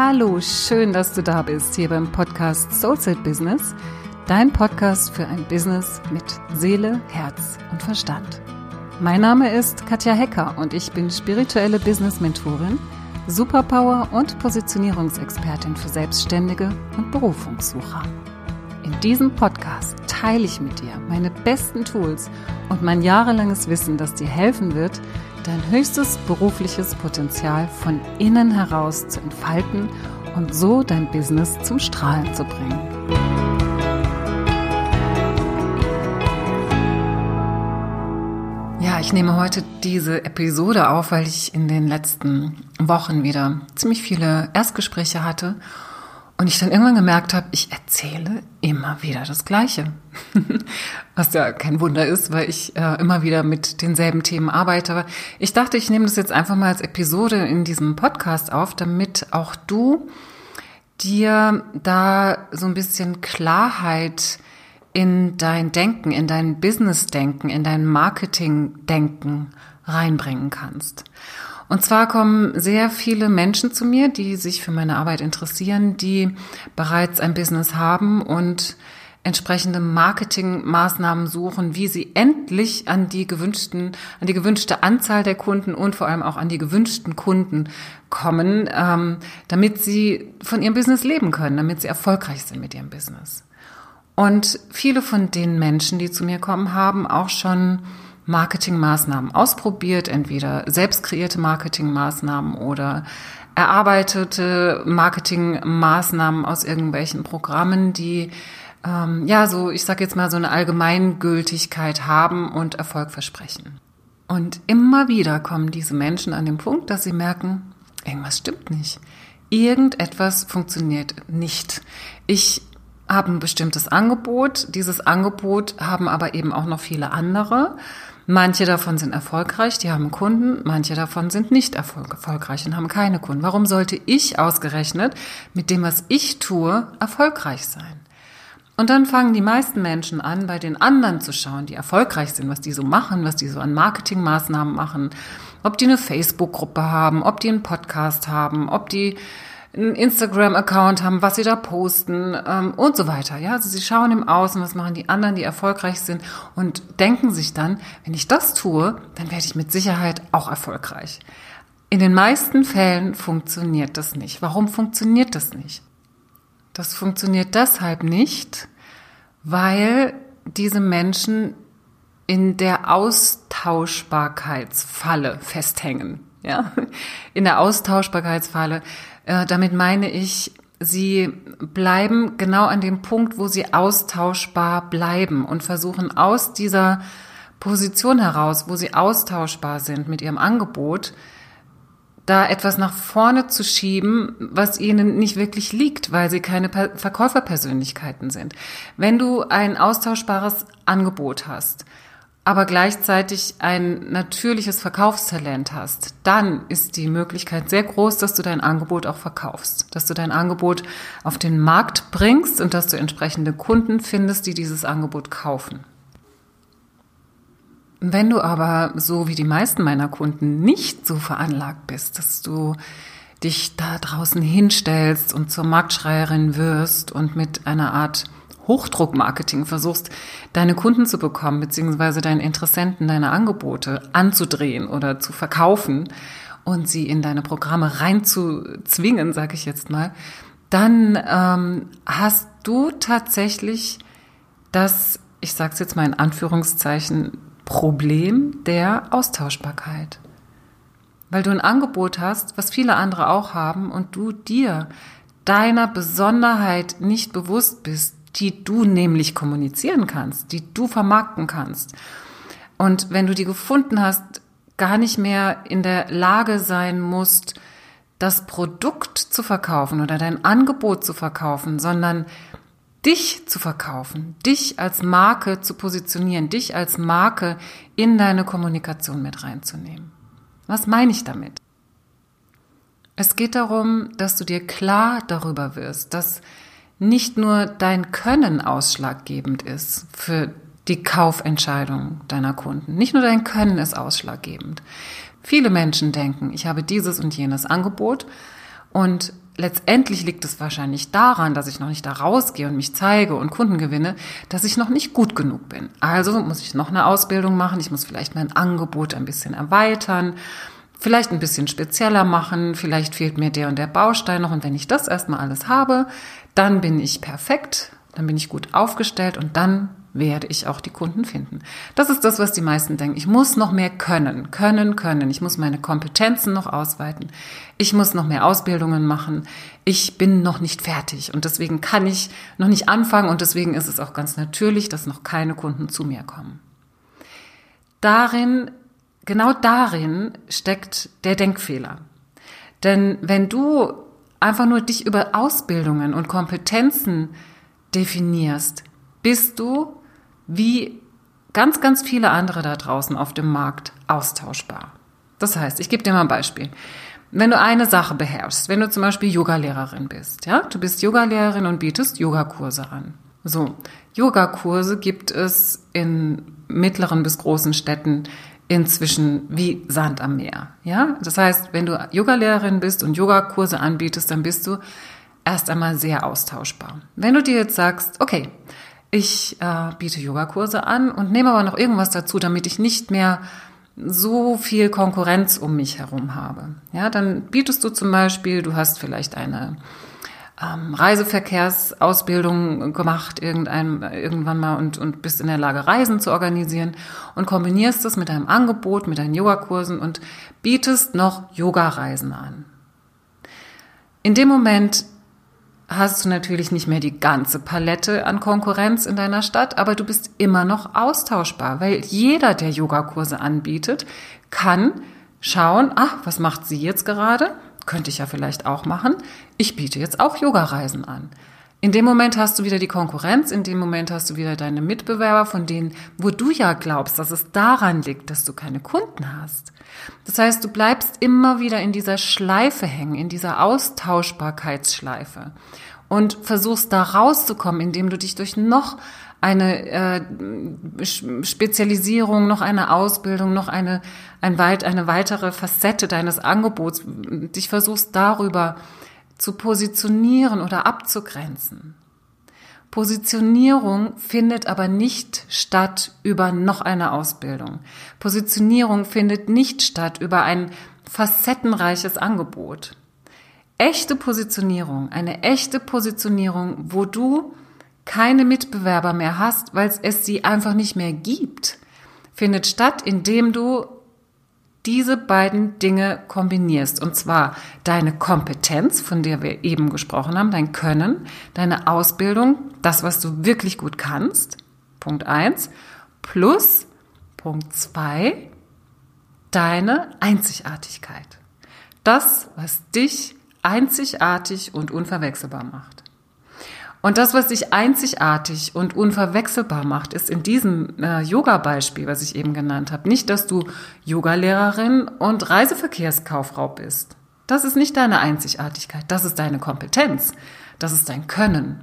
Hallo, schön, dass du da bist, hier beim Podcast Soulset Business, dein Podcast für ein Business mit Seele, Herz und Verstand. Mein Name ist Katja Hecker und ich bin spirituelle Business-Mentorin, Superpower- und Positionierungsexpertin für Selbstständige und Berufungssucher. In diesem Podcast teile ich mit dir meine besten Tools und mein jahrelanges Wissen, das dir helfen wird, dein höchstes berufliches Potenzial von innen heraus zu entfalten und so dein Business zum Strahlen zu bringen. Ja, ich nehme heute diese Episode auf, weil ich in den letzten Wochen wieder ziemlich viele Erstgespräche hatte und ich dann irgendwann gemerkt habe, ich erzähle immer wieder das Gleiche. Was ja kein Wunder ist, weil ich immer wieder mit denselben Themen arbeite. Aber ich dachte, ich nehme das jetzt einfach mal als Episode in diesem Podcast auf, damit auch du dir da so ein bisschen Klarheit in dein Denken, in dein Business-Denken, in dein Marketing-Denken reinbringen kannst. Und zwar kommen sehr viele Menschen zu mir, die sich für meine Arbeit interessieren, die bereits ein Business haben und entsprechende Marketingmaßnahmen suchen, wie sie endlich an die gewünschte Anzahl der Kunden und vor allem auch an die gewünschten Kunden kommen, damit sie von ihrem Business leben können, damit sie erfolgreich sind mit ihrem Business. Und viele von den Menschen, die zu mir kommen, haben auch schon Marketingmaßnahmen ausprobiert, entweder selbst kreierte Marketingmaßnahmen oder erarbeitete Marketingmaßnahmen aus irgendwelchen Programmen, die ich sage jetzt mal, so eine Allgemeingültigkeit haben und Erfolg versprechen. Und immer wieder kommen diese Menschen an den Punkt, dass sie merken, irgendwas stimmt nicht. Irgendetwas funktioniert nicht. Ich habe ein bestimmtes Angebot. Dieses Angebot haben aber eben auch noch viele andere. Manche davon sind erfolgreich, die haben Kunden. Manche davon sind nicht erfolgreich und haben keine Kunden. Warum sollte ich ausgerechnet mit dem, was ich tue, erfolgreich sein? Und dann fangen die meisten Menschen an, bei den anderen zu schauen, die erfolgreich sind, was die so machen, was die so an Marketingmaßnahmen machen, ob die eine Facebook-Gruppe haben, ob die einen Podcast haben, ob die einen Instagram-Account haben, was sie da posten und so weiter. Ja, also sie schauen im Außen, was machen die anderen, die erfolgreich sind und denken sich dann, wenn ich das tue, dann werde ich mit Sicherheit auch erfolgreich. In den meisten Fällen funktioniert das nicht. Warum funktioniert das nicht? Das funktioniert deshalb nicht, weil diese Menschen in der Austauschbarkeitsfalle festhängen. Ja? In der Austauschbarkeitsfalle. Damit meine ich, sie bleiben genau an dem Punkt, wo sie austauschbar bleiben und versuchen aus dieser Position heraus, wo sie austauschbar sind mit ihrem Angebot, da etwas nach vorne zu schieben, was ihnen nicht wirklich liegt, weil sie keine Verkäuferpersönlichkeiten sind. Wenn du ein austauschbares Angebot hast, aber gleichzeitig ein natürliches Verkaufstalent hast, dann ist die Möglichkeit sehr groß, dass du dein Angebot auch verkaufst, dass du dein Angebot auf den Markt bringst und dass du entsprechende Kunden findest, die dieses Angebot kaufen. Wenn du aber, so wie die meisten meiner Kunden, nicht so veranlagt bist, dass du dich da draußen hinstellst und zur Marktschreierin wirst und mit einer Art Hochdruckmarketing versuchst, deine Kunden zu bekommen, beziehungsweise deinen Interessenten deine Angebote anzudrehen oder zu verkaufen und sie in deine Programme reinzuzwingen, sage ich jetzt mal, dann hast du tatsächlich das, ich sage es jetzt mal in Anführungszeichen, Problem der Austauschbarkeit. Weil du ein Angebot hast, was viele andere auch haben und du dir deiner Besonderheit nicht bewusst bist, die du nämlich kommunizieren kannst, die du vermarkten kannst. Und wenn du die gefunden hast, gar nicht mehr in der Lage sein musst, das Produkt zu verkaufen oder dein Angebot zu verkaufen, sondern dich zu verkaufen, dich als Marke zu positionieren, dich als Marke in deine Kommunikation mit reinzunehmen. Was meine ich damit? Es geht darum, dass du dir klar darüber wirst, dass nicht nur dein Können ausschlaggebend ist für die Kaufentscheidung deiner Kunden. Nicht nur dein Können ist ausschlaggebend. Viele Menschen denken, ich habe dieses und jenes Angebot Und letztendlich liegt es wahrscheinlich daran, dass ich noch nicht da rausgehe und mich zeige und Kunden gewinne, dass ich noch nicht gut genug bin. Also muss ich noch eine Ausbildung machen, ich muss vielleicht mein Angebot ein bisschen erweitern, vielleicht ein bisschen spezieller machen, vielleicht fehlt mir der und der Baustein noch. Und wenn ich das erstmal alles habe, dann bin ich perfekt, dann bin ich gut aufgestellt und dann werde ich auch die Kunden finden. Das ist das, was die meisten denken. Ich muss noch mehr können. Ich muss meine Kompetenzen noch ausweiten. Ich muss noch mehr Ausbildungen machen. Ich bin noch nicht fertig und deswegen kann ich noch nicht anfangen und deswegen ist es auch ganz natürlich, dass noch keine Kunden zu mir kommen. Genau darin steckt der Denkfehler. Denn wenn du einfach nur dich über Ausbildungen und Kompetenzen definierst, bist du wie ganz, ganz viele andere da draußen auf dem Markt austauschbar. Das heißt, ich gebe dir mal ein Beispiel. Wenn du eine Sache beherrschst, wenn du zum Beispiel Yogalehrerin bist, ja, du bist Yogalehrerin und bietest Yogakurse an. So, Yogakurse gibt es in mittleren bis großen Städten inzwischen wie Sand am Meer, ja. Das heißt, wenn du Yogalehrerin bist und Yogakurse anbietest, dann bist du erst einmal sehr austauschbar. Wenn du dir jetzt sagst, okay, ich biete Yogakurse an und nehme aber noch irgendwas dazu, damit ich nicht mehr so viel Konkurrenz um mich herum habe. Ja, dann bietest du zum Beispiel, du hast vielleicht eine Reiseverkehrsausbildung gemacht irgendwann mal und bist in der Lage, Reisen zu organisieren und kombinierst das mit deinem Angebot, mit deinen Yogakursen und bietest noch Yogareisen an. In dem Moment hast du natürlich nicht mehr die ganze Palette an Konkurrenz in deiner Stadt, aber du bist immer noch austauschbar, weil jeder, der Yogakurse anbietet, kann schauen, was macht sie jetzt gerade? Könnte ich ja vielleicht auch machen. Ich biete jetzt auch Yogareisen an. In dem Moment hast du wieder die Konkurrenz, in dem Moment hast du wieder deine Mitbewerber, von denen, wo du ja glaubst, dass es daran liegt, dass du keine Kunden hast. Das heißt, du bleibst immer wieder in dieser Schleife hängen, in dieser Austauschbarkeitsschleife und versuchst da rauszukommen, indem du dich durch noch eine Spezialisierung, noch eine Ausbildung, noch eine weitere Facette deines Angebots, dich versuchst darüber zu positionieren oder abzugrenzen. Positionierung findet aber nicht statt über noch eine Ausbildung. Positionierung findet nicht statt über ein facettenreiches Angebot. Echte Positionierung, eine echte Positionierung, wo du keine Mitbewerber mehr hast, weil es sie einfach nicht mehr gibt, findet statt, indem du diese beiden Dinge kombinierst. Und zwar deine Kompetenz, von der wir eben gesprochen haben, dein Können, deine Ausbildung, das, was du wirklich gut kannst, Punkt 1, plus Punkt 2, deine Einzigartigkeit. Das, was dich einzigartig und unverwechselbar macht. Und das, was dich einzigartig und unverwechselbar macht, ist in diesem Yoga-Beispiel, was ich eben genannt habe, nicht, dass du Yogalehrerin und Reiseverkehrskauffrau bist. Das ist nicht deine Einzigartigkeit, das ist deine Kompetenz, das ist dein Können.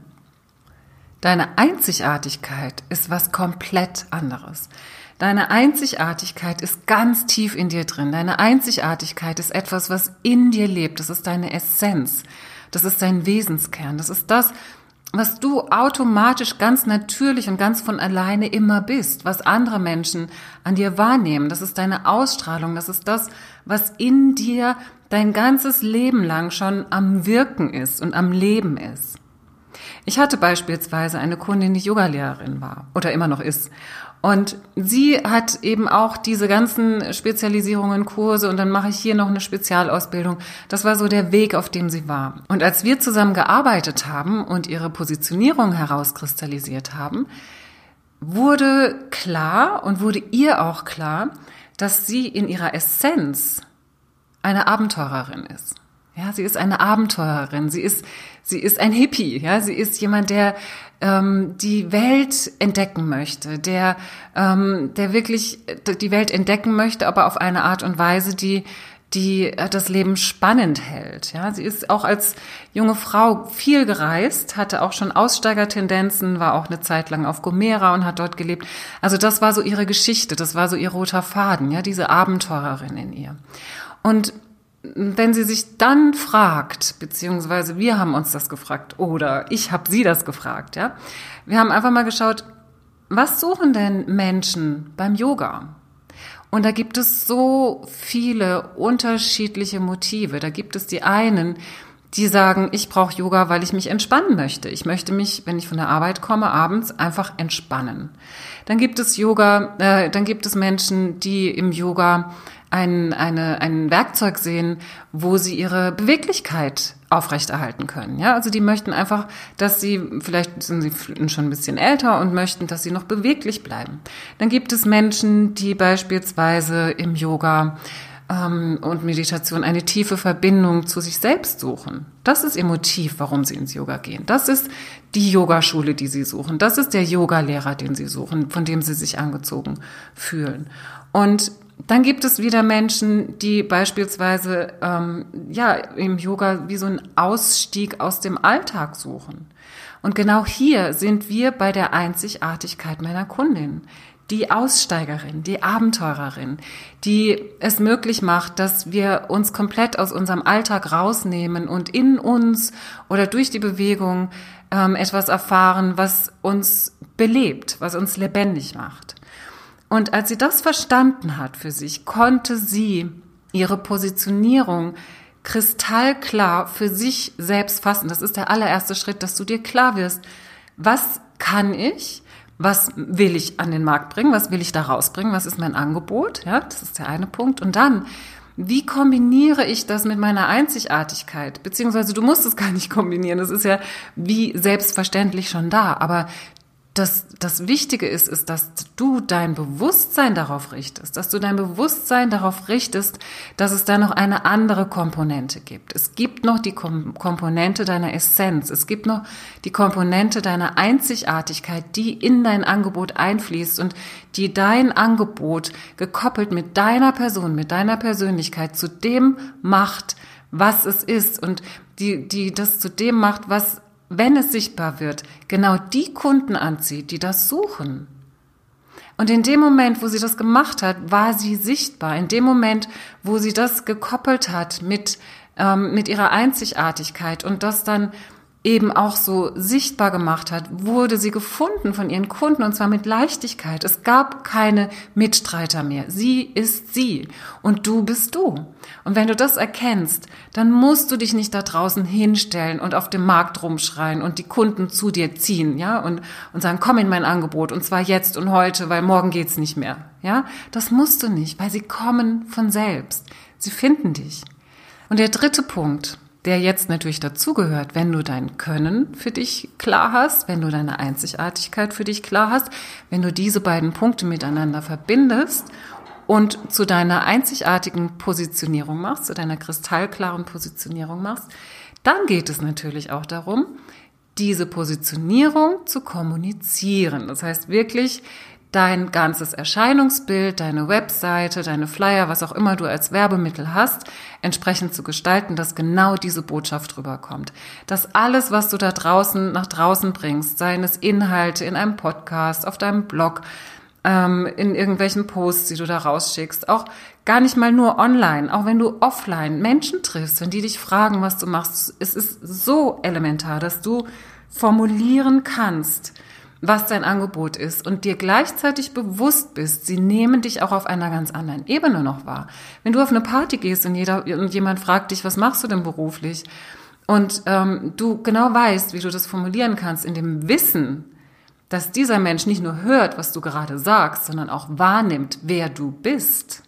Deine Einzigartigkeit ist was komplett anderes. Deine Einzigartigkeit ist ganz tief in dir drin. Deine Einzigartigkeit ist etwas, was in dir lebt. Das ist deine Essenz. Das ist dein Wesenskern. Das ist das, was du automatisch ganz natürlich und ganz von alleine immer bist, was andere Menschen an dir wahrnehmen. Das ist deine Ausstrahlung, das ist das, was in dir dein ganzes Leben lang schon am Wirken ist und am Leben ist. Ich hatte beispielsweise eine Kundin, die Yogalehrerin war oder immer noch ist. Und sie hat eben auch diese ganzen Spezialisierungen, Kurse und dann mache ich hier noch eine Spezialausbildung. Das war so der Weg, auf dem sie war. Und als wir zusammen gearbeitet haben und ihre Positionierung herauskristallisiert haben, wurde klar und wurde ihr auch klar, dass sie in ihrer Essenz eine Abenteurerin ist. Ja, sie ist eine Abenteurerin. Sie ist ein Hippie. Ja, sie ist jemand, der die Welt entdecken möchte, der wirklich die Welt entdecken möchte, aber auf eine Art und Weise, die das Leben spannend hält. Ja, sie ist auch als junge Frau viel gereist, hatte auch schon Aussteigertendenzen, war auch eine Zeit lang auf Gomera und hat dort gelebt. Also das war so ihre Geschichte, das war so ihr roter Faden, ja, diese Abenteurerin in ihr. Und wenn sie sich dann fragt, beziehungsweise wir haben uns das gefragt oder ich habe sie das gefragt, ja, wir haben einfach mal geschaut, was suchen denn Menschen beim Yoga? Und da gibt es so viele unterschiedliche Motive. Da gibt es die einen, die sagen, ich brauche Yoga, weil ich mich entspannen möchte. Ich möchte mich, wenn ich von der Arbeit komme, abends einfach entspannen. Dann gibt es Menschen, die im Yoga ein Werkzeug sehen, wo sie ihre Beweglichkeit aufrechterhalten können. Ja, also die möchten einfach, dass vielleicht sind sie schon ein bisschen älter und möchten, dass sie noch beweglich bleiben. Dann gibt es Menschen, die beispielsweise im Yoga und Meditation eine tiefe Verbindung zu sich selbst suchen. Das ist ihr Motiv, warum sie ins Yoga gehen. Das ist die Yogaschule, die sie suchen. Das ist der Yogalehrer, den sie suchen, von dem sie sich angezogen fühlen. Und dann gibt es wieder Menschen, die beispielsweise im Yoga wie so einen Ausstieg aus dem Alltag suchen. Und genau hier sind wir bei der Einzigartigkeit meiner Kundin. Die Aussteigerin, die Abenteurerin, die es möglich macht, dass wir uns komplett aus unserem Alltag rausnehmen und in uns oder durch die Bewegung etwas erfahren, was uns belebt, was uns lebendig macht. Und als sie das verstanden hat für sich, konnte sie ihre Positionierung kristallklar für sich selbst fassen. Das ist der allererste Schritt, dass du dir klar wirst, was kann ich? Was will ich an den Markt bringen? Was will ich da rausbringen? Was ist mein Angebot? Ja, das ist der eine Punkt. Und dann, wie kombiniere ich das mit meiner Einzigartigkeit? Beziehungsweise du musst es gar nicht kombinieren. Das ist ja wie selbstverständlich schon da. Aber das Wichtige ist, dass du dein Bewusstsein darauf richtest, dass es da noch eine andere Komponente gibt. Es gibt noch die Komponente deiner Essenz, es gibt noch die Komponente deiner Einzigartigkeit, die in dein Angebot einfließt und die dein Angebot gekoppelt mit deiner Person, mit deiner Persönlichkeit zu dem macht, was es ist und die das zu dem macht, was, wenn es sichtbar wird, genau die Kunden anzieht, die das suchen. Und in dem Moment, wo sie das gemacht hat, war sie sichtbar. In dem Moment, wo sie das gekoppelt hat mit ihrer Einzigartigkeit und das dann eben auch so sichtbar gemacht hat, wurde sie gefunden von ihren Kunden und zwar mit Leichtigkeit. Es gab keine Mitstreiter mehr. Sie ist sie und du bist du. Und wenn du das erkennst, dann musst du dich nicht da draußen hinstellen und auf dem Markt rumschreien und die Kunden zu dir ziehen, ja, und sagen, komm in mein Angebot und zwar jetzt und heute, weil morgen geht's nicht mehr, ja. Das musst du nicht, weil sie kommen von selbst. Sie finden dich. Und der dritte Punkt, der jetzt natürlich dazugehört, wenn du dein Können für dich klar hast, wenn du deine Einzigartigkeit für dich klar hast, wenn du diese beiden Punkte miteinander verbindest und zu deiner einzigartigen Positionierung machst, zu deiner kristallklaren Positionierung machst, dann geht es natürlich auch darum, diese Positionierung zu kommunizieren. Das heißt wirklich, dein ganzes Erscheinungsbild, deine Webseite, deine Flyer, was auch immer du als Werbemittel hast, entsprechend zu gestalten, dass genau diese Botschaft rüberkommt. Dass alles, was du da draußen nach draußen bringst, seien es Inhalte in einem Podcast, auf deinem Blog, in irgendwelchen Posts, die du da rausschickst, auch gar nicht mal nur online, auch wenn du offline Menschen triffst, wenn die dich fragen, was du machst, es ist so elementar, dass du formulieren kannst, was dein Angebot ist und dir gleichzeitig bewusst bist, sie nehmen dich auch auf einer ganz anderen Ebene noch wahr. Wenn du auf eine Party gehst und jemand fragt dich, was machst du denn beruflich? Und du genau weißt, wie du das formulieren kannst, in dem Wissen, dass dieser Mensch nicht nur hört, was du gerade sagst, sondern auch wahrnimmt, wer du bist,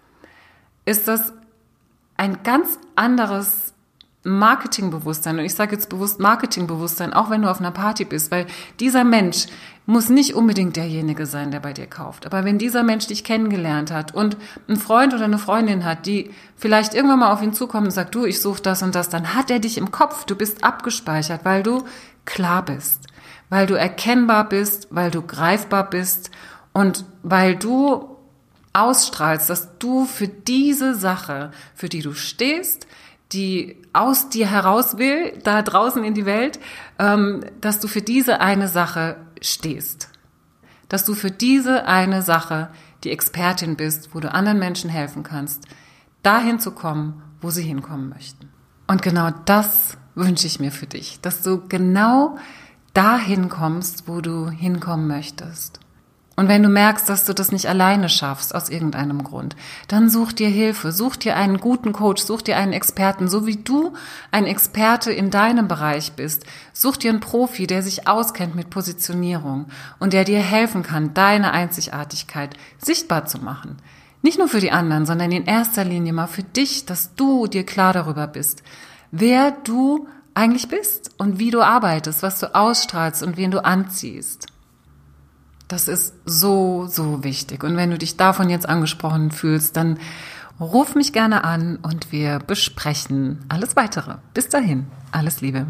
ist das ein ganz anderes Marketingbewusstsein. Und ich sage jetzt bewusst Marketingbewusstsein, auch wenn du auf einer Party bist, weil dieser Mensch muss nicht unbedingt derjenige sein, der bei dir kauft. Aber wenn dieser Mensch dich kennengelernt hat und einen Freund oder eine Freundin hat, die vielleicht irgendwann mal auf ihn zukommt und sagt, du, ich suche das und das, dann hat er dich im Kopf. Du bist abgespeichert, weil du klar bist, weil du erkennbar bist, weil du greifbar bist und weil du ausstrahlst, dass du für diese Sache, für die du stehst, die aus dir heraus will, da draußen in die Welt, dass du für diese eine Sache stehst. Dass du für diese eine Sache die Expertin bist, wo du anderen Menschen helfen kannst, dahin zu kommen, wo sie hinkommen möchten. Und genau das wünsche ich mir für dich, dass du genau dahin kommst, wo du hinkommen möchtest. Und wenn du merkst, dass du das nicht alleine schaffst, aus irgendeinem Grund, dann such dir Hilfe, such dir einen guten Coach, such dir einen Experten, so wie du ein Experte in deinem Bereich bist. Such dir einen Profi, der sich auskennt mit Positionierung und der dir helfen kann, deine Einzigartigkeit sichtbar zu machen. Nicht nur für die anderen, sondern in erster Linie mal für dich, dass du dir klar darüber bist, wer du eigentlich bist und wie du arbeitest, was du ausstrahlst und wen du anziehst. Das ist so, so wichtig. Und wenn du dich davon jetzt angesprochen fühlst, dann ruf mich gerne an und wir besprechen alles Weitere. Bis dahin, alles Liebe.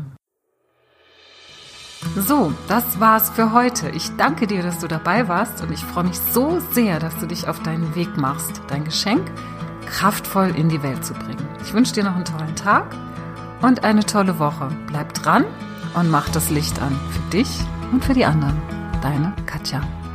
So, das war's für heute. Ich danke dir, dass du dabei warst und ich freue mich so sehr, dass du dich auf deinen Weg machst, dein Geschenk kraftvoll in die Welt zu bringen. Ich wünsche dir noch einen tollen Tag und eine tolle Woche. Bleib dran und mach das Licht an für dich und für die anderen. Deine Katja.